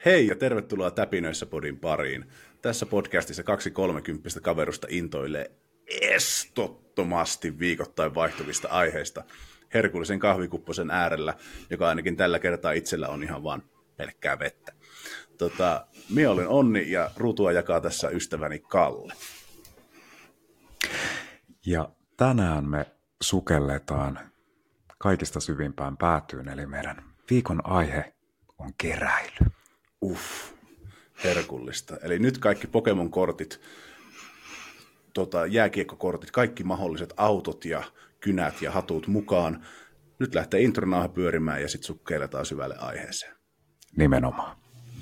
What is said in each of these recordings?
Hei ja tervetuloa Täpinöissä podin pariin. Tässä podcastissa kaksi 30 kaverusta intoilee estottomasti viikoittain vaihtuvista aiheista herkullisen kahvikupposen äärellä, joka ainakin tällä kertaa itsellä on ihan vaan pelkkää vettä. Minä olen Onni ja ruutua jakaa tässä ystäväni Kalle. Ja tänään me sukelletaan kaikista syvimpään päätyyn, eli meidän viikon aihe on keräily. Herkullista. Eli nyt kaikki Pokemon-kortit, jääkiekkokortit, kaikki mahdolliset autot ja kynät ja hatut mukaan. Nyt lähtee intronauha pyörimään ja sitten sukkeiletaan syvälle aiheeseen. Nimenomaan.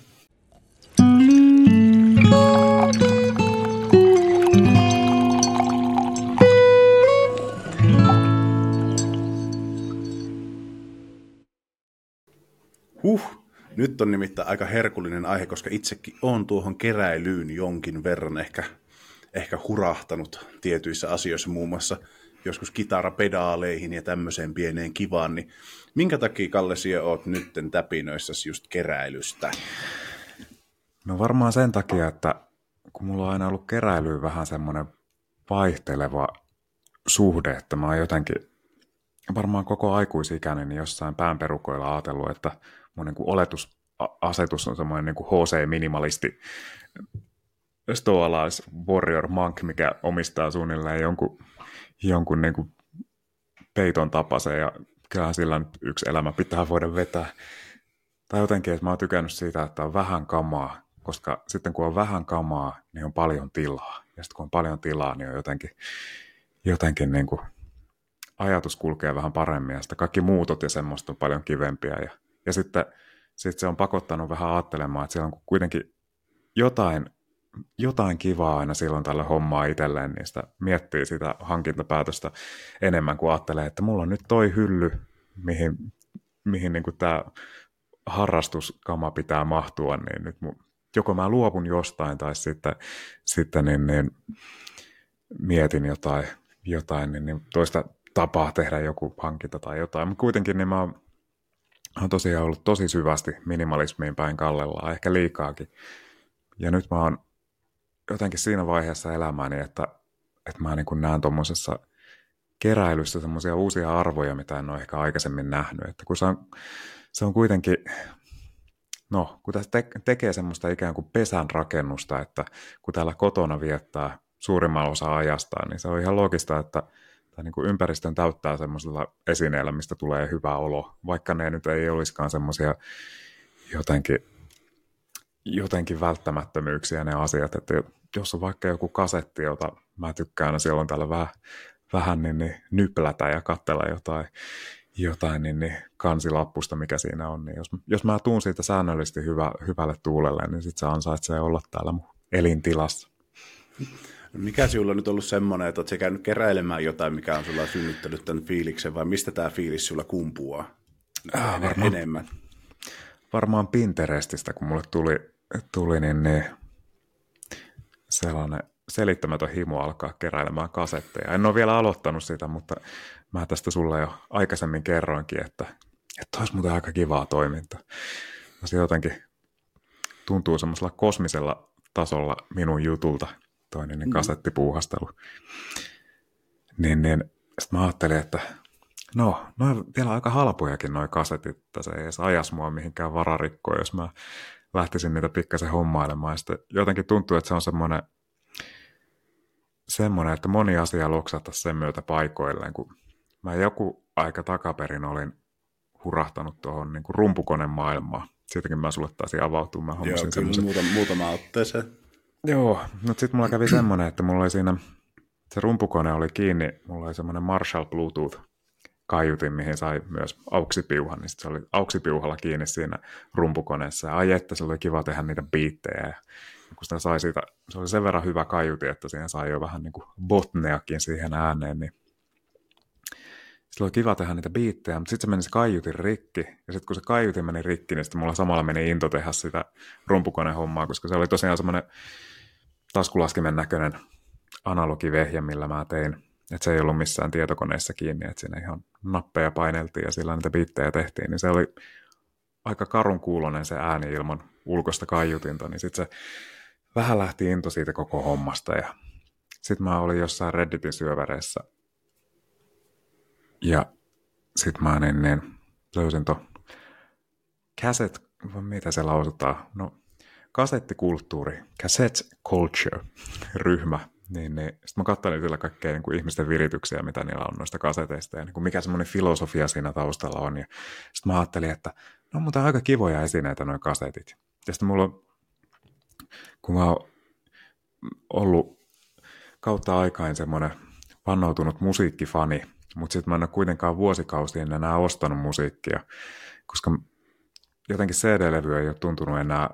Nyt on nimittäin aika herkullinen aihe, koska itsekin olen tuohon keräilyyn jonkin verran ehkä hurahtanut tietyissä asioissa, muun muassa joskus kitarapedaaleihin ja tämmöiseen pieneen kivaan. Niin minkä takia, Kalle, sinä olet nytten Täpinöissä just keräilystä? No varmaan sen takia, että kun mulla on aina ollut keräilyyn vähän semmoinen vaihteleva suhde, että mä oon jotenkin varmaan koko aikuisikäinen niin jossain päänperukoilla ajatellut, että mun niin kuin oletusasetus on semmoinen niin kuin HC-minimalisti, stoalais warrior monk, mikä omistaa suunnilleen jonkun niin kuin peiton tapaisen, ja kyllähän sillä nyt yksi elämä pitää voida vetää. Tai jotenkin, että mä oon tykännyt siitä, että on vähän kamaa, koska sitten kun on vähän kamaa, niin on paljon tilaa. Ja sitten kun on paljon tilaa, niin on jotenkin niin kuin ajatus kulkee vähän paremmin, ja sitten kaikki muutot ja semmoista on paljon kivempiä. Ja sitten se on pakottanut vähän ajattelemaan, että siellä on kuitenkin jotain kivaa aina silloin tällä hommaa itselleen, niin sitä miettii sitä hankintapäätöstä enemmän kuin ajattelee, että mulla on nyt toi hylly, mihin niin kuin tämä harrastuskama pitää mahtua, niin nyt joko mä luovun jostain tai sitten niin mietin jotain niin toista tapaa tehdä joku hankinta tai jotain, mutta kuitenkin niin mä oon tosiaan ollut tosi syvästi minimalismiin päin kallellaan, ehkä liikaakin. Ja nyt mä oon jotenkin siinä vaiheessa elämääni, että mä niin kuin näen tuommoisessa keräilyssä semmoisia uusia arvoja, mitä en ole ehkä aikaisemmin nähnyt. Että kun se on kuitenkin, kun tässä tekee semmoista ikään kuin pesän rakennusta, että kun täällä kotona viettää suurimman osa ajastaan, niin se on ihan loogista, että niin kuin ympäristön täyttää semmoisella esineellä, mistä tulee hyvä olo, vaikka ne nyt ei olisikaan semmoisia jotenkin välttämättömyyksiä ne asiat, että jos on vaikka joku kasetti, jota mä tykkään silloin täällä vähän niin nyplätä ja katsella jotain niin kansilappusta, mikä siinä on, niin jos mä tuun siitä säännöllisesti hyvälle tuulelle, niin sit se ansaitsee olla täällä mun elintilassa. Mikä sinulla on nyt ollut semmoinen, että olet käynyt keräilemään jotain, mikä on sulla synnyttänyt tämän fiiliksen, vai mistä tämä fiilis sulla kumpuaa enemmän? Varmaan Pinterestistä, kun mulle tuli niin sellainen selittämätön himo alkaa keräilemään kasetteja. En ole vielä aloittanut sitä, mutta mä tästä sulle jo aikaisemmin kerroinkin, että olisi muuten aika kivaa toimintaa. Se jotenkin tuntuu semmoisella kosmisella tasolla minun jutulta, toinen kasettipuuhastelu. Niin sitten mä ajattelin, että no on vielä aika halpojakin noi kasetit, että se ei edes ajas mua mihinkään vararikkoon, jos mä lähtisin niitä pikkasen hommailemaan. Ja sitten jotenkin tuntuu, että se on semmoinen, että moni asia loksattaisi sen myötä paikoilleen, kun mä joku aika takaperin olin hurahtanut tuohon niin kuin rumpukonemaailmaan. Siitäkin mä sulle taisin avautua. Mä hommasin muutama otteeseen. Joo, mutta sitten mulla kävi semmoinen, että mulla oli siinä, se rumpukone oli kiinni, mulla oli semmoinen Marshall Bluetooth-kaiutin, mihin sai myös auksipiuhan, niin se oli auksipiuhalla kiinni siinä rumpukoneessa. Ja ai että, se oli kiva tehdä niitä biittejä. Ja kun sitä sai siitä, se oli sen verran hyvä kaiuti, että siihen sai jo vähän niin kuin botneakin siihen ääneen, niin sillä oli kiva tehdä niitä biittejä, mutta sitten se meni se kaiutin rikki, ja sitten kun se kaiutin meni rikki, niin sitten mulla samalla meni into tehdä sitä rumpukonehommaa, koska se oli tosiaan semmoinen taskulaskimen näköinen analogivehje, millä mä tein, että se ei ollut missään tietokoneessa kiinni, että siinä ihan nappeja paineltiin ja sillä niitä biittejä tehtiin, niin se oli aika karun kuulonen se ääni ilman ulkoista kaiutinta, niin sitten se vähän lähti into siitä koko hommasta ja sitten mä olin jossain Redditin syöväreissä ja sitten mä löysin ton mitä se lausutaan, no kasettikulttuuri, cassette culture ryhmä, niin sitten mä katselin sillä kaikkea niin kuin ihmisten virityksiä, mitä niillä on noista kaseteista ja niin kuin mikä semmoinen filosofia siinä taustalla on. Ja sitten mä ajattelin, että no mutta aika kivoja esineitä nuo kasetit. Ja sitten mulla on, kun mä oon ollut kautta aikain semmoinen vannoutunut musiikkifani, mutta sitten mä en ole kuitenkaan vuosikausiin enää ostanut musiikkia, koska jotenkin CD-levy ei ole tuntunut enää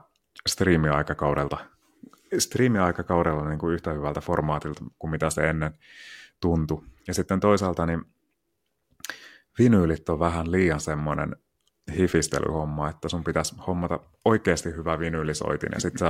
striimiaikakaudella niin kuin yhtä hyvältä formaatilta kuin mitä se ennen tuntui. Ja sitten toisaalta niin vinyylit on vähän liian semmoinen hifistelyhomma, että sun pitäisi hommata oikeasti hyvä vinyylisoitin ja sitten sä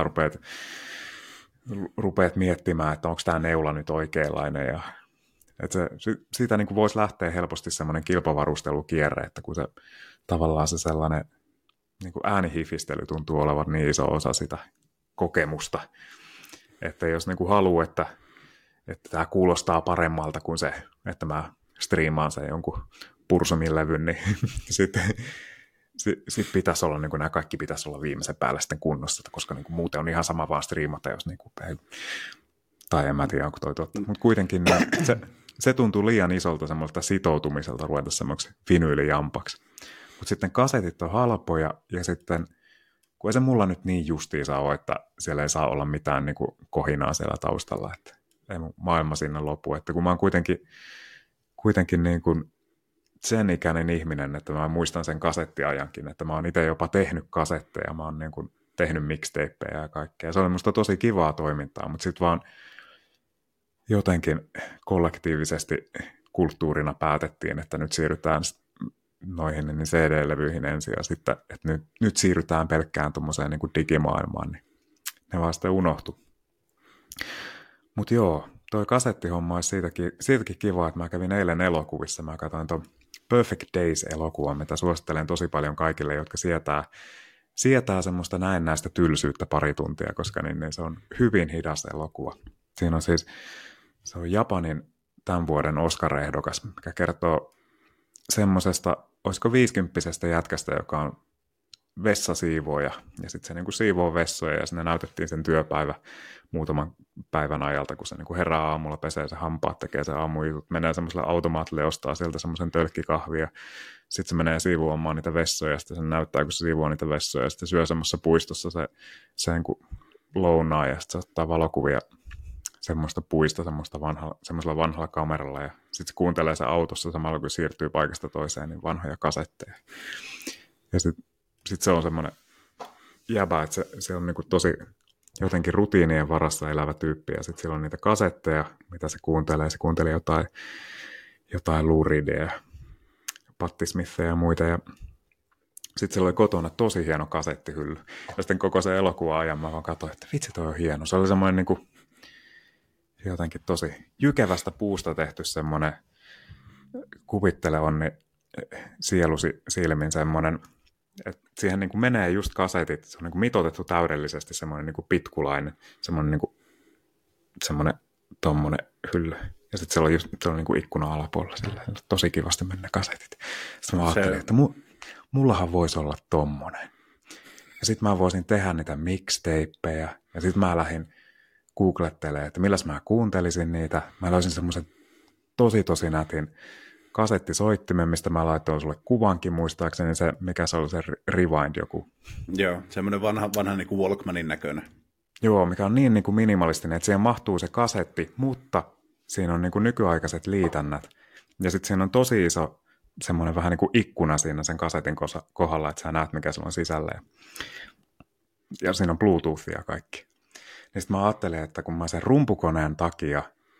rupeat miettimään, että onko tämä neula nyt oikeanlainen ja että siitä niin kuin voisi lähteä helposti semmoinen kilpavarustelukierre, että kun se tavallaan se sellainen niin kuin äänihifistely tuntuu olevan niin iso osa sitä kokemusta, että jos niin kuin haluaa, että tämä kuulostaa paremmalta kuin se, että mä striimaan sen jonkun Pursumin levyn, niin sitten pitäisi olla, niin kuin nämä kaikki pitäisi olla viimeisen päällä sitten kunnossa, koska niin kuin muuten on ihan sama vaan striimata, jos niin kuin ei, tai en mä tiedä, onko toi totta, mutta kuitenkin niin se tuntuu liian isolta semmoista sitoutumiselta ruveta semmoiksi vinyylijampaksi. Mutta sitten kasetit on halpoja ja sitten, kun ei se mulla nyt niin justiinsa ole, että siellä ei saa olla mitään niin kuin kohinaa siellä taustalla, että ei mun maailma sinne lopu. Että kun mä oon kuitenkin niin kuin sen ikäinen ihminen, että mä muistan sen kasettiajankin, että mä oon itse jopa tehnyt kasetteja, mä oon niin kuin tehnyt mixtapeja ja kaikkea. Se oli musta tosi kivaa toimintaa, mutta sitten vaan jotenkin kollektiivisesti kulttuurina päätettiin, että nyt siirrytään noihin niin CD-levyihin ensin ja sitten, että nyt siirrytään pelkkään tuommoiseen niin kuin digimaailmaan, niin ne vaan sitten unohtui. Mutta joo, toi kasettihomma olisi siitäkin kiva, että mä kävin eilen elokuvissa, mä katsoin tuon Perfect Days-elokuvan, mitä suosittelen tosi paljon kaikille, jotka sietää semmoista näennäistä tylsyyttä pari tuntia, koska niin se on hyvin hidas elokuva. Siinä on siis, se on Japanin tämän vuoden Oscar-ehdokas, mikä kertoo semmoisesta, olisiko 50-vuotiaasta jätkästä, joka on vessasiivooja, ja sitten se niin kuin siivoo vessoja, ja sinne näytettiin sen työpäivä muutaman päivän ajalta, kun se niin kuin herää aamulla, pesee se hampaat, tekee se aamujutut, menee semmoiselle automaatille, ostaa sieltä semmoisen tölkkikahvia, sitten se menee siivoamaan niitä vessoja, ja sitten se näyttää, kun se siivoo niitä vessoja, ja sitten syö semmoisessa puistossa se niin kuin lounaa, ja sitten se ottaa valokuvia semmoista puista semmoisella vanhalla kameralla ja sitten se kuuntelee se autossa samalla kun siirtyy paikasta toiseen niin vanhoja kasetteja. Ja sitten se on semmoinen jäbä, että se on niinku tosi jotenkin rutiinien varassa elävä tyyppi ja sitten siellä on niitä kasetteja, mitä se kuuntelee. Se kuuntelee jotain Lou Reedia, Patti Smithia ja muita ja sitten siellä oli kotona tosi hieno kasettihylly. Ja sitten koko se elokuva ajan mä vaan katsoin, että vitsi toi on hieno. Se oli semmoinen niinku jotenkin tosi jykevästä puusta tehty semmoinen, kuvittele onni sielusi silmin semmoinen, että siihen niin kuin menee just kasetit, se on niin kuin mitoitettu täydellisesti semmoinen niin kuin pitkulainen, semmoinen tommonen hylly. Ja sitten se on niin kuin ikkuna alapuolella, sillä tosi kivasti mennä kasetit. Sitten mä ajattelin, että mullahan voisi olla tommonen. Ja sitten mä voisin tehdä niitä mixtapeja, ja sitten mä lähdin googlettelee, että milläs mä kuuntelisin niitä. Mä löysin semmoisen tosi nätin kasettisoittimen, mistä mä laitoin sulle kuvankin muistaakseni, mikä se oli se Rewind joku. Joo, semmoinen vanha niin kuin Walkmanin näköinen. Joo, mikä on niin kuin minimalistinen, että siihen mahtuu se kasetti, mutta siinä on niin kuin nykyaikaiset liitännät. Ja sitten siinä on tosi iso semmoinen vähän niin kuin ikkuna siinä sen kasetin kohdalla, että sä näet, mikä sulla on sisällä. Ja siinä on Bluetoothia kaikki. Niin sitten mä ajattelin, että kun mä sen rumpukoneen takia,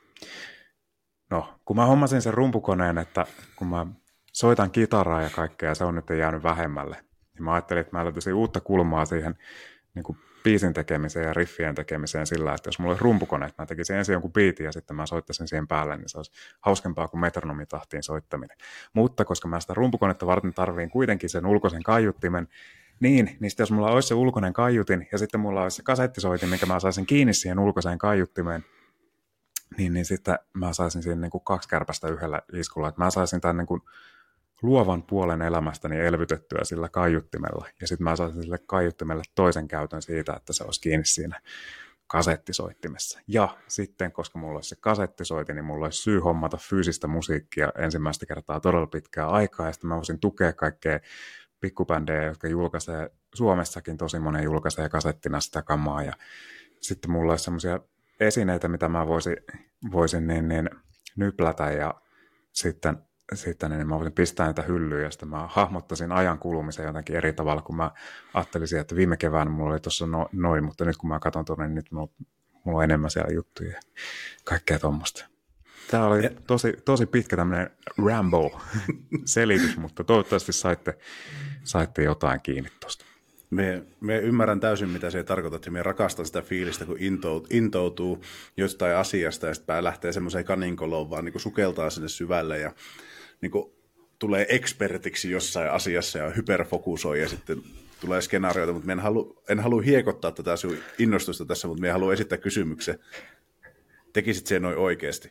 kun mä hommasin sen rumpukoneen, että kun mä soitan kitaraa ja kaikkea, ja se on nyt jäänyt vähemmälle, niin mä ajattelin, että mä löytäisin uutta kulmaa siihen niin kuin biisin tekemiseen ja riffien tekemiseen sillä, että jos mulla olisi rumpukone, että mä tekisin ensin jonkun biitin ja sitten mä soittaisin siihen päälle, niin se olisi hauskempaa kuin metronomitahtiin soittaminen. Mutta koska mä sitä rumpukonetta varten tarviin kuitenkin sen ulkoisen kaiuttimen, niin sitten jos mulla olisi se ulkoinen kaiutin ja sitten mulla olisi se kasettisoitin, minkä mä saisin kiinni siihen ulkoiseen kaiuttimeen, niin sitten mä saisin siinä niin kuin 2 kärpästä yhdellä iskulla. Että mä saisin tämän niin kuin luovan puolen elämästäni elvytettyä sillä kaiuttimella. Ja sitten mä saisin sille kaiuttimelle toisen käytön siitä, että se olisi kiinni siinä kasettisoittimessa. Ja sitten, koska mulla olisi se kasettisoitin, niin mulla olisi syy hommata fyysistä musiikkia ensimmäistä kertaa todella pitkää aikaa. Ja sitten mä voisin tukea kaikkea pikkubändejä, jotka julkaisee, Suomessakin tosi monen julkaisee kasettina sitä kamaa. Ja sitten mulla olisi semmoisia esineitä, mitä mä voisin nyplätä ja sitten niin mä voisin pistää niitä hyllyyn ja sitten mä hahmottaisin ajan kulumisen jotenkin eri tavalla, kun mä ajattelisin, että viime keväänä mulla oli tuossa noin, mutta nyt kun mä katson tuonne, niin nyt mulla on enemmän siellä juttuja ja kaikkea tuommoista. Tämä oli tosi pitkä tämmöinen Rambo-selitys, mutta toivottavasti saitte jotain kiinni tuosta. Me ymmärrän täysin, mitä se tarkoittaa, ja me rakastan sitä fiilistä, kun intoutuu jostain asiasta, ja sitten lähtee semmoiseen kaninkoloon, vaan niin sukeltaa sinne syvälle, ja niin tulee ekspertiksi jossain asiassa, ja hyperfokusoi, ja sitten tulee skenaarioita, mutta en halua hiekottaa tätä sun innostusta tässä, mutta me haluan esittää kysymyksen. Tekisit sen noin oikeasti?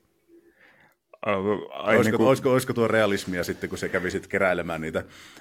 Olisiko tuo realismia sitten, kun se kävisit keräilemään niitä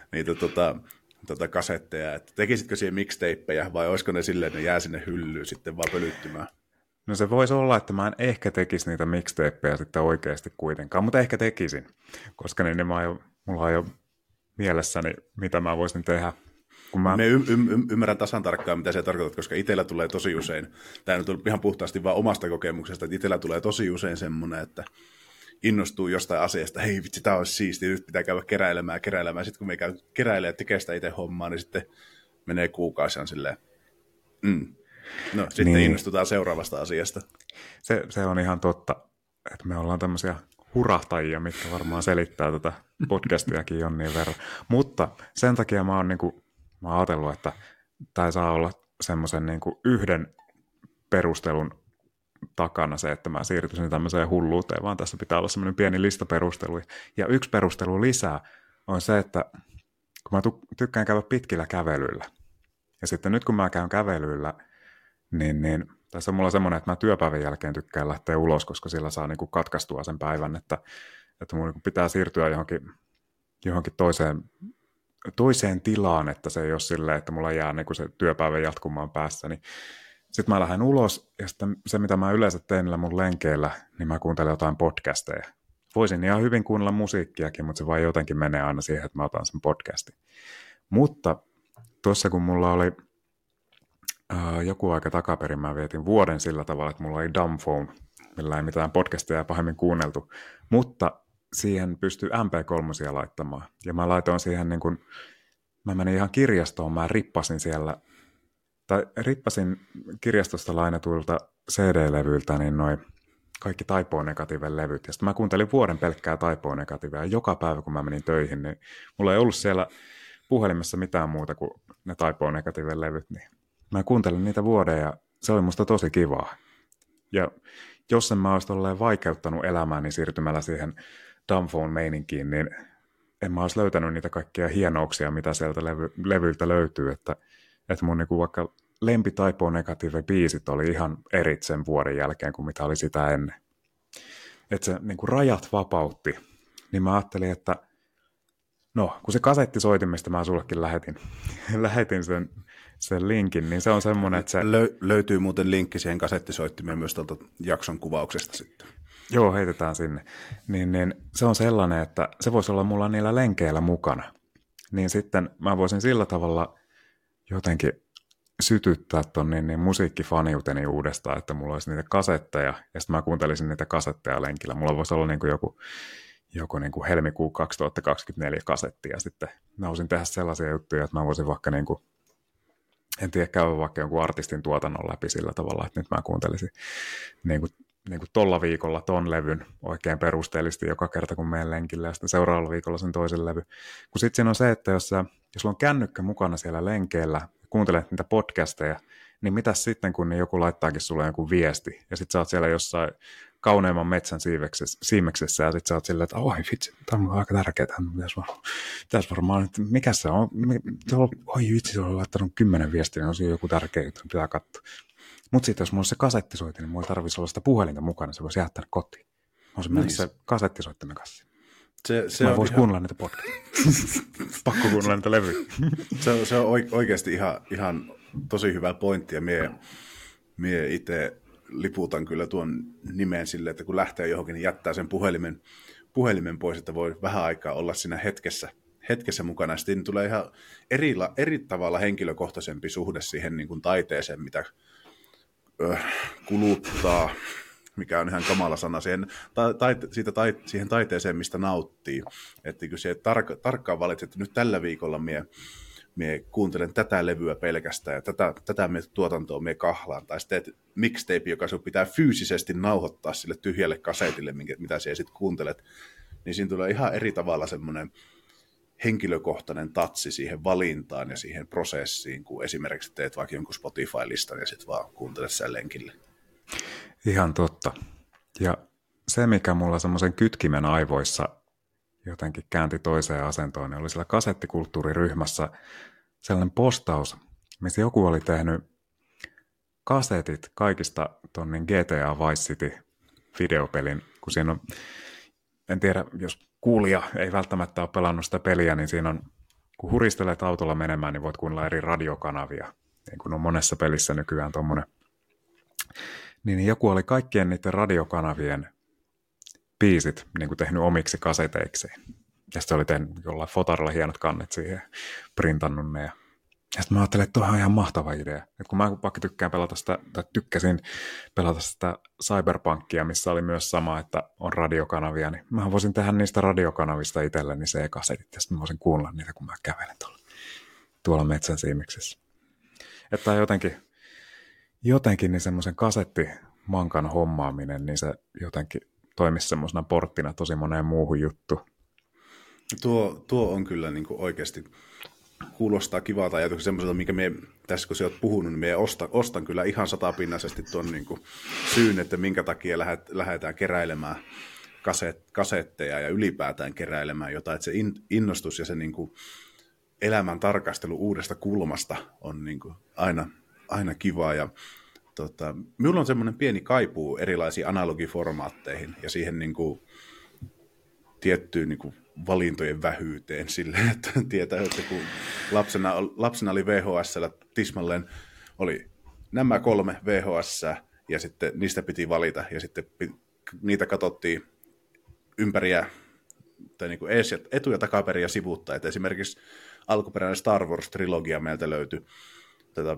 kasetteja, että tekisitkö siihen mixtapeja vai olisiko ne silleen, että ne jää sinne hyllyyn sitten vaan pölyttymään? No se voisi olla, että mä en ehkä tekisi niitä mixtapeja sitten oikeasti kuitenkaan, mutta ehkä tekisin, koska mulla on jo mielessäni, mitä mä voisin tehdä. Me ymmärrän tasan tarkkaan, mitä se tarkoittaa, koska itsellä tulee tosi usein, tämä nyt on ihan puhtaasti vaan omasta kokemuksesta, että itsellä tulee tosi usein semmoinen, että innostuu jostain asiasta, hei vitsi, tämä olisi siistiä, nyt pitää käydä keräilemään. Sitten kun me käy keräilemään ja tekee sitä itse hommaa, niin sitten menee kuukausiaan silleen, No, sitten niin. Innostutaan seuraavasta asiasta. Se on ihan totta, että me ollaan tämmöisiä hurahtajia, mitkä varmaan selittää tätä podcastiakin jonnin verran. Mutta sen takia mä oon ajatellut, että tämä ei saa olla semmoisen yhden perustelun takana se, että mä siirtyisin tämmöiseen hulluuteen, vaan tässä pitää olla semmoinen pieni lista perusteluja. Ja yksi perustelu lisää on se, että kun mä tykkään käydä pitkillä kävelyillä, ja sitten nyt kun mä käyn kävelyillä, niin tässä on mulla semmoinen, että mä työpäivän jälkeen tykkään lähteä ulos, koska sillä saa katkaistua sen päivän, että mun pitää siirtyä johonkin toiseen tilaan, että se ei ole silleen, että mulla jää se työpäivän jatkumaan päässä, niin sitten mä lähden ulos, ja sitten se, mitä mä yleensä teen niillä mun lenkeillä, niin mä kuuntelen jotain podcasteja. Voisin ihan hyvin kuunnella musiikkiakin, mutta se vaan jotenkin menee aina siihen, että mä otan sen podcastin. Mutta tuossa kun mulla oli joku aika takaperin, mä vietin vuoden sillä tavalla, että mulla oli dumb phone, millä ei mitään podcastia pahemmin kuunneltu, mutta siihen pystyy MP3 laittamaan. Ja mä laitoin siihen, mä menin ihan kirjastoon, mä rippasin kirjastosta lainatuilta CD-levyiltä niin noi kaikki Typo Negativen levyt. Ja sitten mä kuuntelin vuoden pelkkää Typo Negativea. Ja joka päivä, kun mä menin töihin, niin mulla ei ollut siellä puhelimessa mitään muuta kuin ne Typo Negativen levyt. Niin mä kuuntelin niitä vuoden ja se oli musta tosi kivaa. Ja jos en mä olisi tolleen vaikeuttanut elämääni siirtymällä siihen dumbphone-meininkiin, niin en mä olisi löytänyt niitä kaikkia hienouksia, mitä sieltä levyiltä löytyy. Että mun vaikka lempi Typo Negative-biisit oli ihan erit sen vuoden jälkeen kuin mitä oli sitä ennen. Että se rajat vapautti. Niin mä ajattelin, että no, kun se kasettisoitimesta mä sullekin lähetin sen linkin, niin se on semmoinen, että se löytyy muuten linkki siihen kasettisoittimeen myös tuolta jakson kuvauksesta sitten. Joo, heitetään sinne. Niin se on sellainen, että se voisi olla mulla niillä lenkeillä mukana. Niin sitten mä voisin sillä tavalla jotenkin sytyttää ton musiikkifaniuteni uudestaan, että mulla olisi niitä kasetteja, ja sitten mä kuuntelisin niitä kasetteja lenkillä. Mulla voisi olla joku helmikuu 2024 kasetti, ja sitten mä voisin tehdä sellaisia juttuja, että mä voisin vaikka en tiedä, käydä vaikka jonkun artistin tuotannon läpi sillä tavalla, että nyt mä kuuntelisin tolla viikolla ton levyn oikein perusteellisesti joka kerta, kun menen lenkille, ja sitten seuraavalla viikolla sen toisen levy. Kun sitten siinä on se, että jos sulla on kännykkä mukana siellä lenkeillä, kuuntelet niitä podcasteja, niin mitäs sitten, kun joku laittaakin sulle joku viesti, ja sitten sä oot siellä jossain kauneimman metsän siimeksessä, ja sitten sä oot silleen, että oi vitsi, tämä on aika tärkeää, pitäisi varmaan, että mikä se on, oi vitsi, se on laittanut 10 viestiä, niin on siinä joku tärkeä juttu, pitää katsoa. Mutta sitten jos mulla olisi se kasettisoitin, niin mulla ei tarvitsisi olla sitä puhelinta mukana, se voisi jättää kotiin. On se mennä se kasettisoittimen kanssa. Mä vois kuunnella niitä podcasteja. Pakko kuunnella niitä levyjä. Se on oikeasti ihan tosi hyvä pointti, ja mie itse liputan kyllä tuon nimeen silleen, että kun lähtee johonkin, niin jättää sen puhelimen pois, että voi vähän aikaa olla siinä hetkessä mukana. Sitten tulee ihan eri tavalla henkilökohtaisempi suhde siihen niin kuin taiteeseen, mitä kuluttaa, mikä on ihan kamala sana, siihen taiteeseen, mistä nauttii. Että kun se tarkkaan valitset, että nyt tällä viikolla mie kuuntelen tätä levyä pelkästään, ja tätä tuotantoa mie kahlaan, tai sitten teet mixtape, joka sinun pitää fyysisesti nauhoittaa sille tyhjälle kasetille, mitä sinä sitten kuuntelet, niin siinä tulee ihan eri tavalla semmoinen henkilökohtainen tatsi siihen valintaan ja siihen prosessiin, kun esimerkiksi teet vaikka jonkun Spotify-listan ja sitten vaan kuuntelet sen lenkille. Ihan totta. Ja se, mikä mulla semmoisen kytkimen aivoissa jotenkin käänti toiseen asentoon, niin oli siellä kasettikulttuuriryhmässä sellainen postaus, missä joku oli tehnyt kasetit kaikista tonne GTA Vice City videopelin, kun siinä on, en tiedä, jos kuulija ei välttämättä ole pelannut sitä peliä, niin siinä on, kun huristelet autolla menemään, niin voit kuunnella eri radiokanavia, niin kuin on monessa pelissä nykyään tommonen. Niin joku oli kaikkien niiden radiokanavien biisit niin kuin tehnyt omiksi kaseteikseen. Ja sitten oli tehnyt jollain fotarilla hienot kannet siihen, printannut ne. Ja sitten mä ajattelin, että tuohan on ihan mahtava idea. Et kun mä vaikka tykkäsin pelata sitä Cyberpunkia, missä oli myös sama, että on radiokanavia, niin mä voisin tehdä niistä radiokanavista itselleni C-kasetit, ja sitten mä voisin kuunnella niitä, kun mä kävelen tuolla metsän siimeksessä. Että jotenkin niin semmoisen kasettimankan hommaaminen, niin se jotenkin toimisi semmoisena porttina tosi moneen muuhun juttuun. Tuo on kyllä niin kuin oikeasti kuulostaa kivalta ajatuksia semmoiselta, mikä tässä kun sä oot puhunut, niin me ostan kyllä ihan satapinnaisesti tuon niin kuin syyn, että minkä takia lähdetään keräilemään kasetteja ja ylipäätään keräilemään jotain, että se innostus ja se niin kuin elämän tarkastelu uudesta kulmasta on niin kuin aina kivaa. Ja minulla on semmoinen pieni kaipuu erilaisiin analogiformaatteihin ja siihen niin kuin tiettyyn niin kuin valintojen vähyyteen silleen, että tietää, että kun lapsena oli VHS:llä tismalleen, oli nämä 3 VHS ja sitten niistä piti valita ja sitten niitä katsottiin ympäriä tai niin kuin etu- ja takaperin ja sivuutta, että esimerkiksi alkuperäinen Star Wars-trilogia meiltä löytyi tätä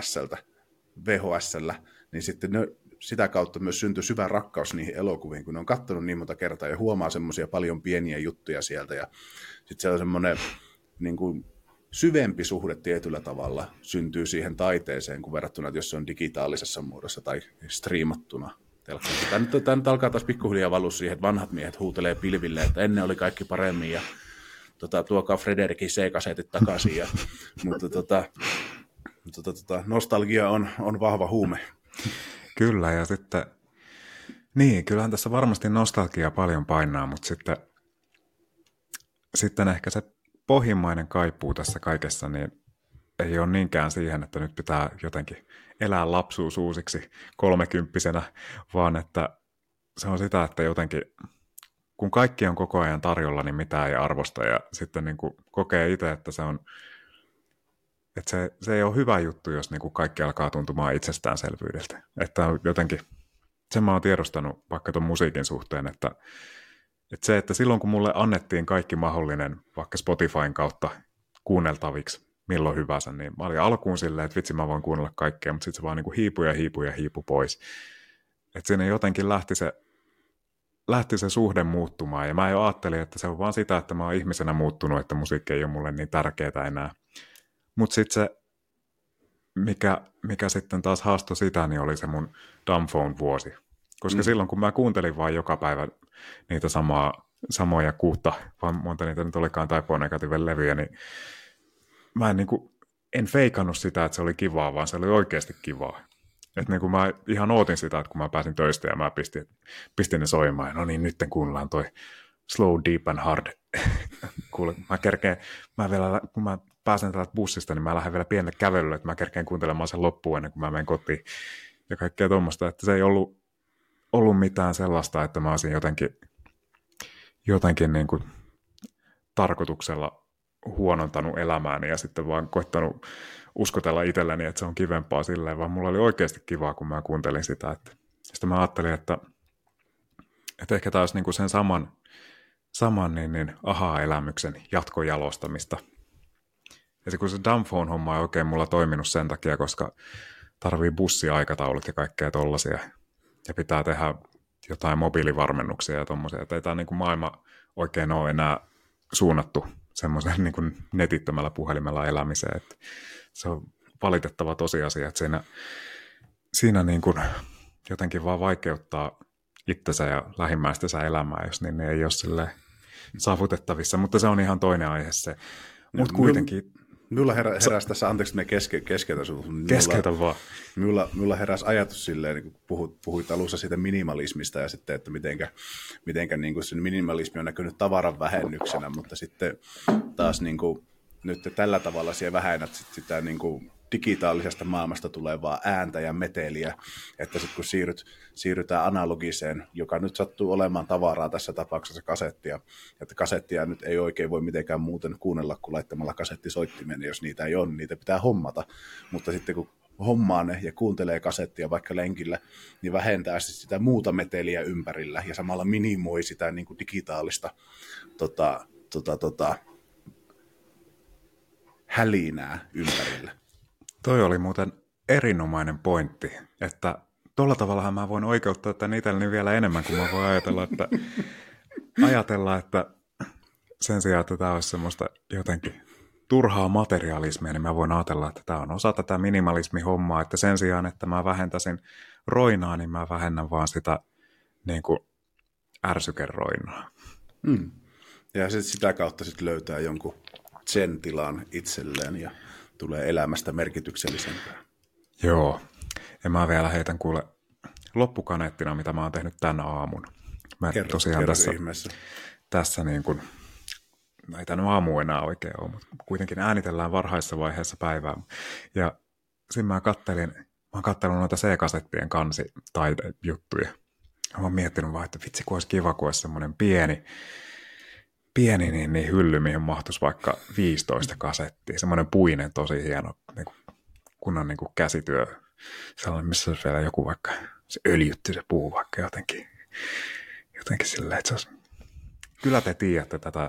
VHS:llä, niin sitten sitä kautta myös syntyi syvä rakkaus niihin elokuviin, kun ne on katsonut niin monta kertaa ja huomaa semmoisia paljon pieniä juttuja sieltä. Ja sitten se on semmoinen niin kuin syvempi suhde tietyllä tavalla syntyy siihen taiteeseen, kuin verrattuna, että jos se on digitaalisessa muodossa tai striimattuna. Tämä nyt alkaa taas pikkuhiljaa valua siihen, että vanhat miehet huutelee pilville, että ennen oli kaikki paremmin ja tuokaa Frederikin C-kasetit takaisin. Mutta nostalgia on vahva huume. Kyllä, ja sitten, niin, kyllähän tässä varmasti nostalgia paljon painaa, mutta sitten ehkä se pohjimmainen kaipuu tässä kaikessa, niin ei ole niinkään siihen, että nyt pitää jotenkin elää lapsuus uusiksi 30-vuotiaana, vaan että se on sitä, että jotenkin, kun kaikki on koko ajan tarjolla, niin mitään ei arvosta, ja sitten niin kuin kokee itse, että se ei ole hyvä juttu, jos niin kuin kaikki alkaa tuntumaan itsestäänselvyydeltä. Että jotenkin, sen mä oon tiedostanut vaikka tuon musiikin suhteen, että silloin kun mulle annettiin kaikki mahdollinen vaikka Spotifyn kautta kuunneltaviksi milloin hyvänsä, niin mä olin alkuun silleen, että vitsi mä voin kuunnella kaikkea, mutta sitten se vaan niin kuin hiipui pois. Että siinä jotenkin lähti se suhde muuttumaan, ja mä jo ajattelin, että se on vaan sitä, että mä oon ihmisenä muuttunut, että musiikki ei ole mulle niin tärkeää enää. Mutta sitten se, mikä sitten taas haastoi sitä, niin oli se mun dumbphone-vuosi. Koska silloin, kun mä kuuntelin vaan joka päivä niitä samoja kuutta, vaan monta niitä nyt olikaan Type O Negativen levyjä, niin mä en feikannut sitä, että se oli kivaa, vaan se oli oikeasti kivaa. Että niin kuin mä ihan ootin sitä, että kun mä pääsin töistä ja mä pistin ne soimaan, ja no niin, nyt kuunnellaan toi Slow, Deep and Hard. Kuule, kun mä pääsen täältä bussista, niin mä lähden vielä pienelle kävelylle, että mä kerkeen kuuntelemaan sen loppuun ennen kuin mä menen kotiin. Ja kaikkea tuommoista, että se ei ollut mitään sellaista, että mä olisin jotenkin niin kuin tarkoituksella huonontanut elämääni ja sitten vaan koittanut uskotella itselleni, että se on kivempaa silleen, vaan mulla oli oikeasti kivaa, kun mä kuuntelin sitä. Sitten mä ajattelin, että ehkä tämä olisi niin kuin sen saman aha-elämyksen jatkojalostamista. Ja kun se dumbphone-homma ei oikein mulla toiminut sen takia, koska tarvii bussiaikataulut ja kaikkea tollaisia. Ja pitää tehdä jotain mobiilivarmennuksia ja tommosia. Että ei tämä niin kuin maailma oikein ole enää suunnattu semmoisen niin kuin netittömällä puhelimella elämiseen. Että se on valitettava tosiasia, että siinä niin kuin jotenkin vaan vaikeuttaa itsensä ja lähimmäistensä elämää, jos niin ne ei ole silleen saavutettavissa. Mutta se on ihan toinen aihe se. Mutta kuitenkin... Minulla heräsi tässä, anteeksi, että me keskeytä sinut. Keskeytä vaan. Minulla heräsi ajatus silleen, niin kun puhuit alussa siitä minimalismista ja sitten, että mitenkä niin kuin se minimalismi on näkynyt tavaran vähennyksenä, mutta sitten taas niin kuin, nyt tällä tavalla siellä vähennät sitä niin kuin digitaalisesta maailmasta tulevaa ääntä ja meteliä, että sitten kun siirrytään analogiseen, joka nyt sattuu olemaan tavaraa tässä tapauksessa kasettia, että kasettia nyt ei oikein voi mitenkään muuten kuunnella kuin laittamalla kasettisoittimeen, jos niitä ei ole, niin niitä pitää hommata, mutta sitten kun hommaa ne ja kuuntelee kasettia vaikka lenkillä, niin vähentää sitä muuta meteliä ympärillä ja samalla minimoi sitä niin kuin digitaalista hälinää ympärillä. Toi oli muuten erinomainen pointti, että tuolla tavallahan mä voin oikeuttaa tämän itselleni vielä enemmän, kuin mä voin ajatella, että sen sijaan, että tämä olisi semmoista jotenkin turhaa materialismia, niin mä voin ajatella, että tämä on osa tätä minimalismihommaa, että sen sijaan, että mä vähentäisin roinaa, niin mä vähennän vaan sitä niin kuin ärsykeroinaa. Ja sitten sitä kautta sit löytää jonkun zen-tilan itselleen ja tulee elämästä merkityksellisempää. Joo, ja mä vielä heitän kuule loppukaneettina, mitä mä oon tehnyt tän aamun. Mä tosiaan tässä niin kuin, ei tämä aamu enää oikein ole, mutta kuitenkin äänitellään varhaisessa vaiheessa päivää. Ja siinä mä oon kattellut noita C-kasettien kansitaidejuttuja. Mä oon miettinyt vaan, että vitsi kun olisi kiva, kun olisi semmoinen pieni niin hylly, mihin mahtuisi vaikka 15 kasettia. Semmoinen puinen, tosi hieno niin kuin kunnon niin kuin käsityö. Sellainen, missä olisi vielä joku vaikka, se öljytty se puu vaikka jotenkin silleen, että se olisi... Kyllä te tiedätte tätä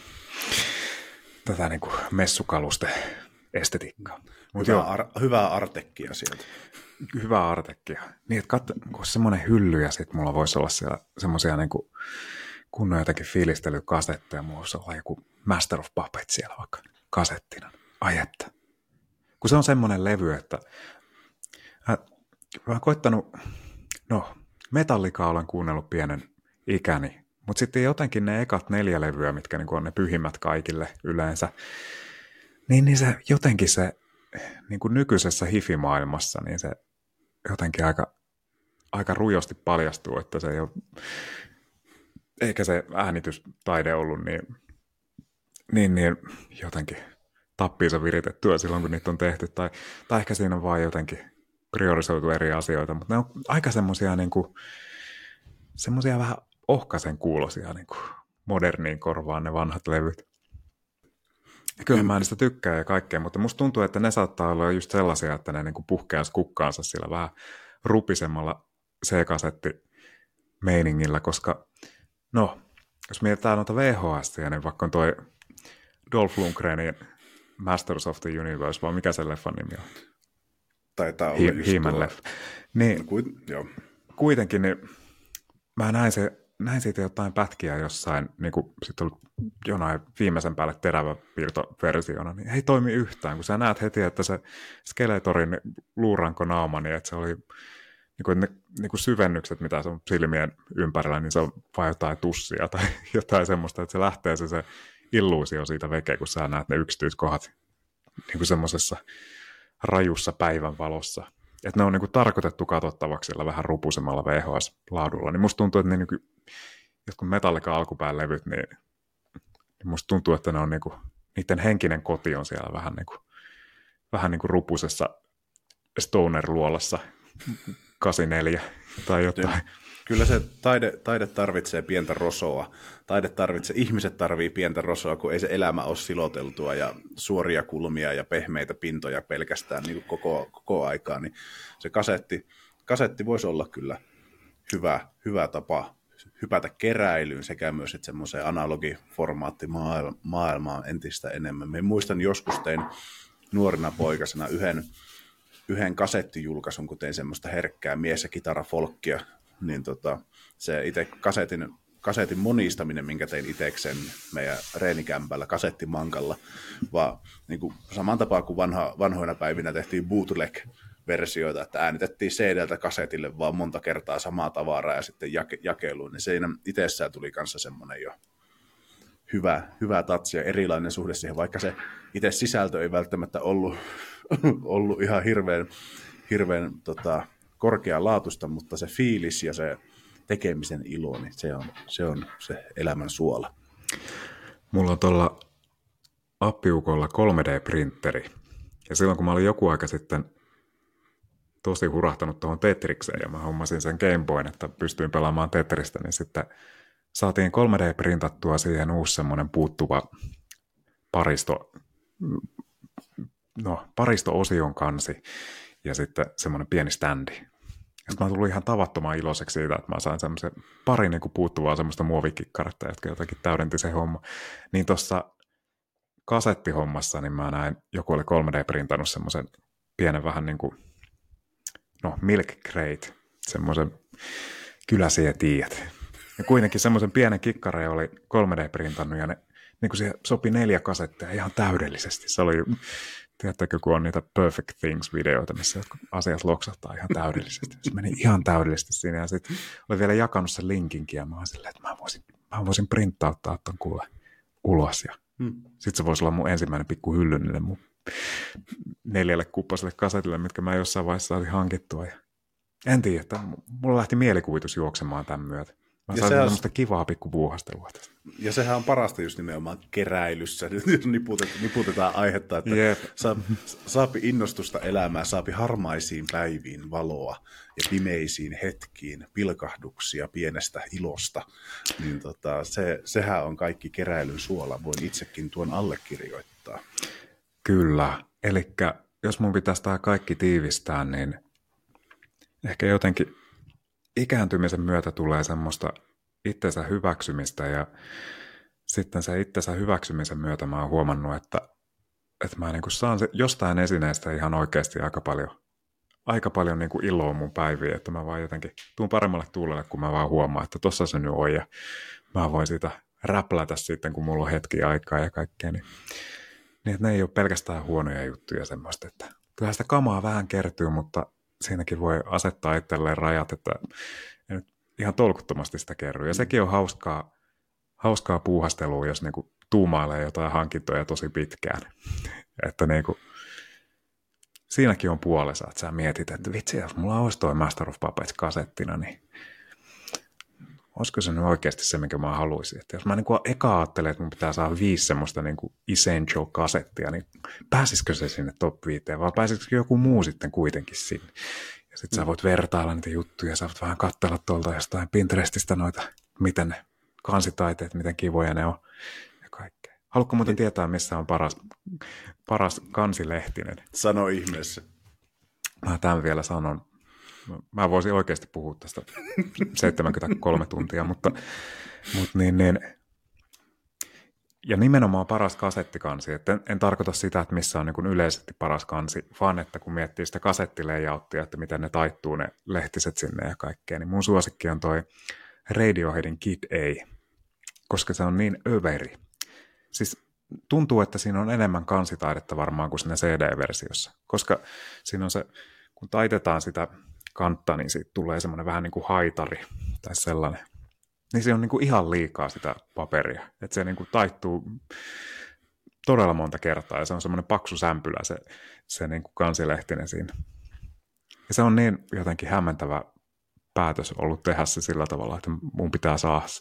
messukaluste estetiikkaa. Hyvää artekkia sieltä. Hyvää artekkia. Niin, että kun semmoinen hylly ja sitten mulla voisi olla siellä semmoisia niin kuin kunnon jotenkin fiilistelykasetteja, mulla voisi olla joku Master of Puppets siellä vaikka kasettina. Ai että. Kun se on semmoinen levy, että mä oon koittanut, Metallicaa olen kuunnellut pienen ikäni, mutta sitten jotenkin ne ekat 4 levyä, mitkä niin on ne pyhimmät kaikille yleensä, niin se jotenkin se niin kuin nykyisessä hifi-maailmassa, niin se jotenkin aika rujosti paljastuu, että se ei ole, eikä se äänitystaide ollut niin jotenkin tappiinsa viritettyä silloin, kun niitä on tehty, tai ehkä siinä on vaan jotenkin priorisoitu eri asioita, mutta ne on aika semmoisia vähän ohkaisen kuulosia niin kuin moderniin korvaan ne vanhat levyt. Ja kyllä mä niistä tykkään ja kaikkea, mutta musta tuntuu, että ne saattaa olla just sellaisia, että ne niin kuin puhkeaisi kukkaansa sillä vähän rupisemmalla C-kasetti-meiningillä, koska jos mietitään noita VHS, niin vaikka on toi Dolph Lundgrenin Masters of the Universe, vai mikä se leffan nimi on? Taitaa olla He-Man leffa. Niin, joo. Kuitenkin niin mä näin siitä jotain pätkiä jossain, niin kuin sitten ollut jonain viimeisen päälle teräväpiirtoversiona, niin ei toimi yhtään, kun sä näet heti, että se Skeletorin luurankonaama, niin että se oli niin kuin syvennykset, mitä se on silmien ympärillä, niin se on vain jotain tussia tai jotain semmoista, että se lähtee se illuusio siitä veke, kun sä näet ne yksityiskohdat niin kuin semmoisessa rajussa päivänvalossa. että ne on niin kuin tarkoitettu katsottavaksi sillä vähän rupusemmalla VHS-laadulla, niin musta tuntuu, että ne niin kuin, jotkut Metallica alkupään levyt, niin musta tuntuu, että ne on niin kuin, niiden henkinen koti on siellä vähän niin kuin rupusessa Stoner-luolassa 84 tai jotain. Kyllä se taide tarvitsee pientä rosoa. Ihmiset tarvii pientä rosoa, kun ei se elämä ole siloteltua ja suoria kulmia ja pehmeitä pintoja pelkästään niin kuin koko aikaa. Niin se kasetti voisi olla kyllä hyvä tapa hypätä keräilyyn sekä myös semmoiseen analogiformaattimaailmaan entistä enemmän. Me muistan joskus tein nuorena poikasena yhden kasettijulkaisun, kun tein semmoista herkkää mies- ja kitarafolkkia, niin se itse kasetin monistaminen, minkä tein itsekseen meidän reenikämpällä, kasettimankalla, vaan niin kuin saman tapaan kuin vanhoina päivinä tehtiin bootleg-versioita, että äänitettiin CD-ltä kasetille vaan monta kertaa samaa tavaraa ja sitten jakeluun, niin siinä itsessään tuli kanssa semmoinen jo hyvä tatsi ja erilainen suhde siihen, vaikka se itse sisältö ei välttämättä ollut ihan hirveän korkealaatuista, mutta se fiilis ja se tekemisen ilo, niin se on se elämän suola. Mulla on tuolla appiukolla 3D-printeri. Ja silloin kun mä olin joku aika sitten tosi hurahtanut tuohon Tetrikseen ja mä hommasin sen Game Boyn, että pystyin pelaamaan Tetristä, niin sitten saatiin 3D-printattua siihen uusi semmoinen puuttuva paristo-osion kansi ja sitten semmoinen pieni standi. Ja sitten mä tulin ihan tavattoman iloiseksi siitä, että mä sain semmoisen pari niin kuin puuttuvaa semmoista muovikikkaretta, jotka jotenkin täydenti se homma. Niin tuossa kasettihommassa, niin mä näin, joku oli 3D-printannut semmoisen pienen vähän niin kuin, milk crate, semmoisen, kyllä siellä tiedät. Ja kuitenkin semmoisen pienen kikkareen oli 3D-printannut ja ne niin kuin siihen sopi 4 kasetteja ihan täydellisesti. Se oli, tiedättekö, kun on niitä Perfect Things-videoita, missä jotkut asiat loksahtaa ihan täydellisesti. Se meni ihan täydellisesti siinä ja sitten oli vielä jakanut sen linkinkin ja mä olin silleen, että mä voisin printtauttaa ton kuule ulos ja sitten se voisi olla mun ensimmäinen pikku hyllynnille mun 4 kuppaselle kasetille, mitkä mä jossain vaiheessa saatiin hankittua. Ja en tiedä, että mulla lähti mielikuvitus juoksemaan tämän myötä. Mä sain semmoista kivaa pikku puuhastelua tästä. Ja sehän on parasta just nimenomaan keräilyssä, jos niputetaan aihetta, että saapi innostusta elämään, saapi harmaisiin päiviin valoa ja pimeisiin hetkiin pilkahduksia pienestä ilosta. Niin sehän on kaikki keräilyn suola, voin itsekin tuon allekirjoittaa. Kyllä, eli jos mun pitäisi tämä kaikki tiivistää, niin ehkä jotenkin ikääntymisen myötä tulee semmoista itsensä hyväksymistä ja sitten se itsensä hyväksymisen myötä mä oon huomannut, että mä niin kuin saan jostain esineestä ihan oikeasti aika paljon niin kuin iloa mun päiviin, että mä vaan jotenkin tuun paremmalle tuulelle, kun mä vaan huomaan, että tossa se nyt on ja mä voin sitä räplätä sitten, kun mulla on hetki aikaa ja kaikkea, niin että ne ei ole pelkästään huonoja juttuja semmoista, että kyllä sitä kamaa vähän kertyy, mutta siinäkin voi asettaa itselleen rajat, että ei nyt ihan tolkuttomasti sitä kerry. Ja sekin on hauskaa puuhastelua, jos niinku tuumailee jotain hankintoja tosi pitkään. Että niinku, siinäkin on puolensa, että sä mietit, että vitsi, jos mulla olisi toi Master of Puppets kasettina, niin olisiko se nyt oikeasti se, minkä mä haluaisin. Että jos mä niinku eka ajattelen, että mun pitää saada 5 semmoista niinku essential-kasettia, niin pääsisikö se sinne top 5, vai pääsisikö joku muu sitten kuitenkin sinne? Ja sitten sä voit vertailla niitä juttuja, sä voit vähän katsella tuolta jostain Pinterestistä noita, miten ne kansitaiteet, miten kivoja ne on ja kaikkea. Haluatko muuten tietää, missä on paras kansilehtinen? Sano ihmeessä. Mä tämän vielä sanon. Mä voisin oikeasti puhua tästä 73 tuntia, mutta niin. Ja nimenomaan paras kasettikansi. Että en tarkoita sitä, että missä on niin kuin yleisesti paras kansi, vaan että kun miettii sitä kasettilayouttia, että miten ne taittuu ne lehtiset sinne ja kaikkea, niin mun suosikki on toi Radioheadin Kid A, koska se on niin överi. Siis tuntuu, että siinä on enemmän kansitaidetta varmaan kuin siinä CD-versiossa, koska siinä on se, kun taitetaan sitä kantta, niin siitä tulee semmoinen vähän niin kuin haitari tai sellainen. Niin se on niin kuin ihan liikaa sitä paperia. Että se niin kuin taittuu todella monta kertaa ja se on semmoinen paksu sämpylä se niin kuin kansilehtinen siinä. Ja se on niin jotenkin hämmentävä päätös ollut tehdä se sillä tavalla, että mun pitää saada se.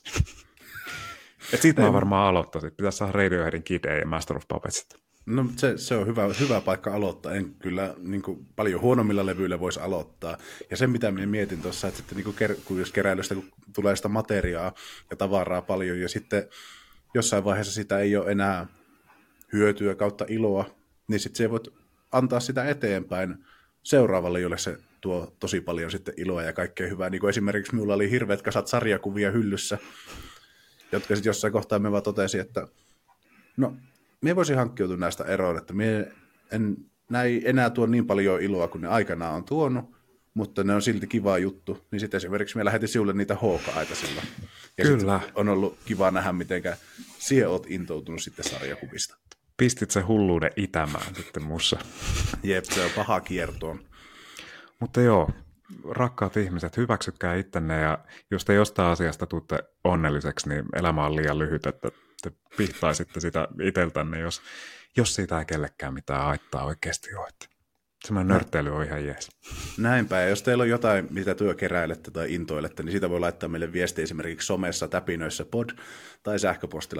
Et siitä mä varmaan aloittaisin. Pitäisi saada Radioheadin Kid A ja Master of Puppetsit. No se on hyvä paikka aloittaa. En kyllä niin kuin, paljon huonommilla levyillä voisi aloittaa. Ja se, mitä minä mietin tuossa, että sitten, niin kuin, jos keräilystä kun tulee sitä materiaa ja tavaraa paljon, ja sitten jossain vaiheessa sitä ei ole enää hyötyä kautta iloa, niin sitten se voit antaa sitä eteenpäin seuraavalle, jolle se tuo tosi paljon sitten iloa ja kaikkea hyvää. Niin kuin esimerkiksi minulla oli hirveät kasat sarjakuvia hyllyssä, jotka sitten jossain kohtaa me vaan totesin, että no, minä voisin hankkiutua näistä eroon, että minä en enää tuo niin paljon iloa kuin ne aikanaan on tuonut, mutta ne on silti kiva juttu. Niin sitten esimerkiksi minä lähetin sinulle niitä H-kaita silloin. Ja kyllä. On ollut kiva nähdä, mitenkä siihen olet intoutunut sitten sarjakuvista. Pistit se hulluuden itämään sitten mussa. Jep, se on paha kiertoon. Mutta joo, rakkaat ihmiset, hyväksykää ittenne, ja jos te jostain asiasta tuutte onnelliseksi, niin elämä on liian lyhyt, että te pihtaisitte sitä itseltänne, jos siitä ei kellekään mitään haittaa oikeasti ole. Semmoinen nörtteily on ihan jees. Näinpä, ja jos teillä on jotain, mitä työkeräilette tai intoilette, niin siitä voi laittaa meille viestiä esimerkiksi somessa täpinöissäpod tai sähköpostilla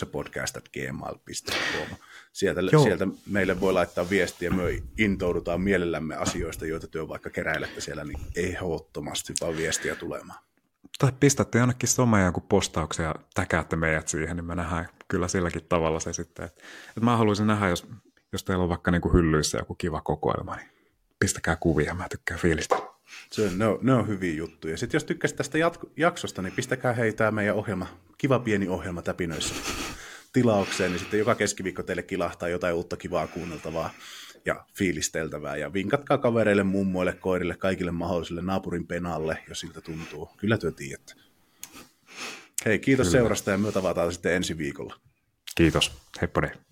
täpinöissäpodcast@gmail.com. Sieltä meille voi laittaa viestiä, me intoudutaan mielellämme asioista, joita työ vaikka keräilette siellä, niin ehdottomasti vaan viestiä tulemaan. Tai pistätte jonnekin someen jonkun postauksen ja täkäätte meidät siihen, niin me nähdään kyllä silläkin tavalla se sitten. Että mä haluaisin nähdä, jos teillä on vaikka niin kuin hyllyissä joku kiva kokoelma, niin pistäkää kuvia, mä tykkään fiilistä. Ne on hyviä juttuja. Sitten jos tykkäsit tästä jaksosta, niin pistäkää tää meidän ohjelma, kiva pieni ohjelma Täpinöissä tilaukseen, niin sitten joka keskiviikko teille kilahtaa jotain uutta kivaa kuunneltavaa ja fiilisteltävää. Ja vinkatkaa kavereille, mummoille, koirille, kaikille mahdollisille, naapurin penalle, jos siltä tuntuu. Kyllä työ tiedätte. Hei, kiitos seurasta ja me tavataan sitten ensi viikolla. Kiitos. Heippa.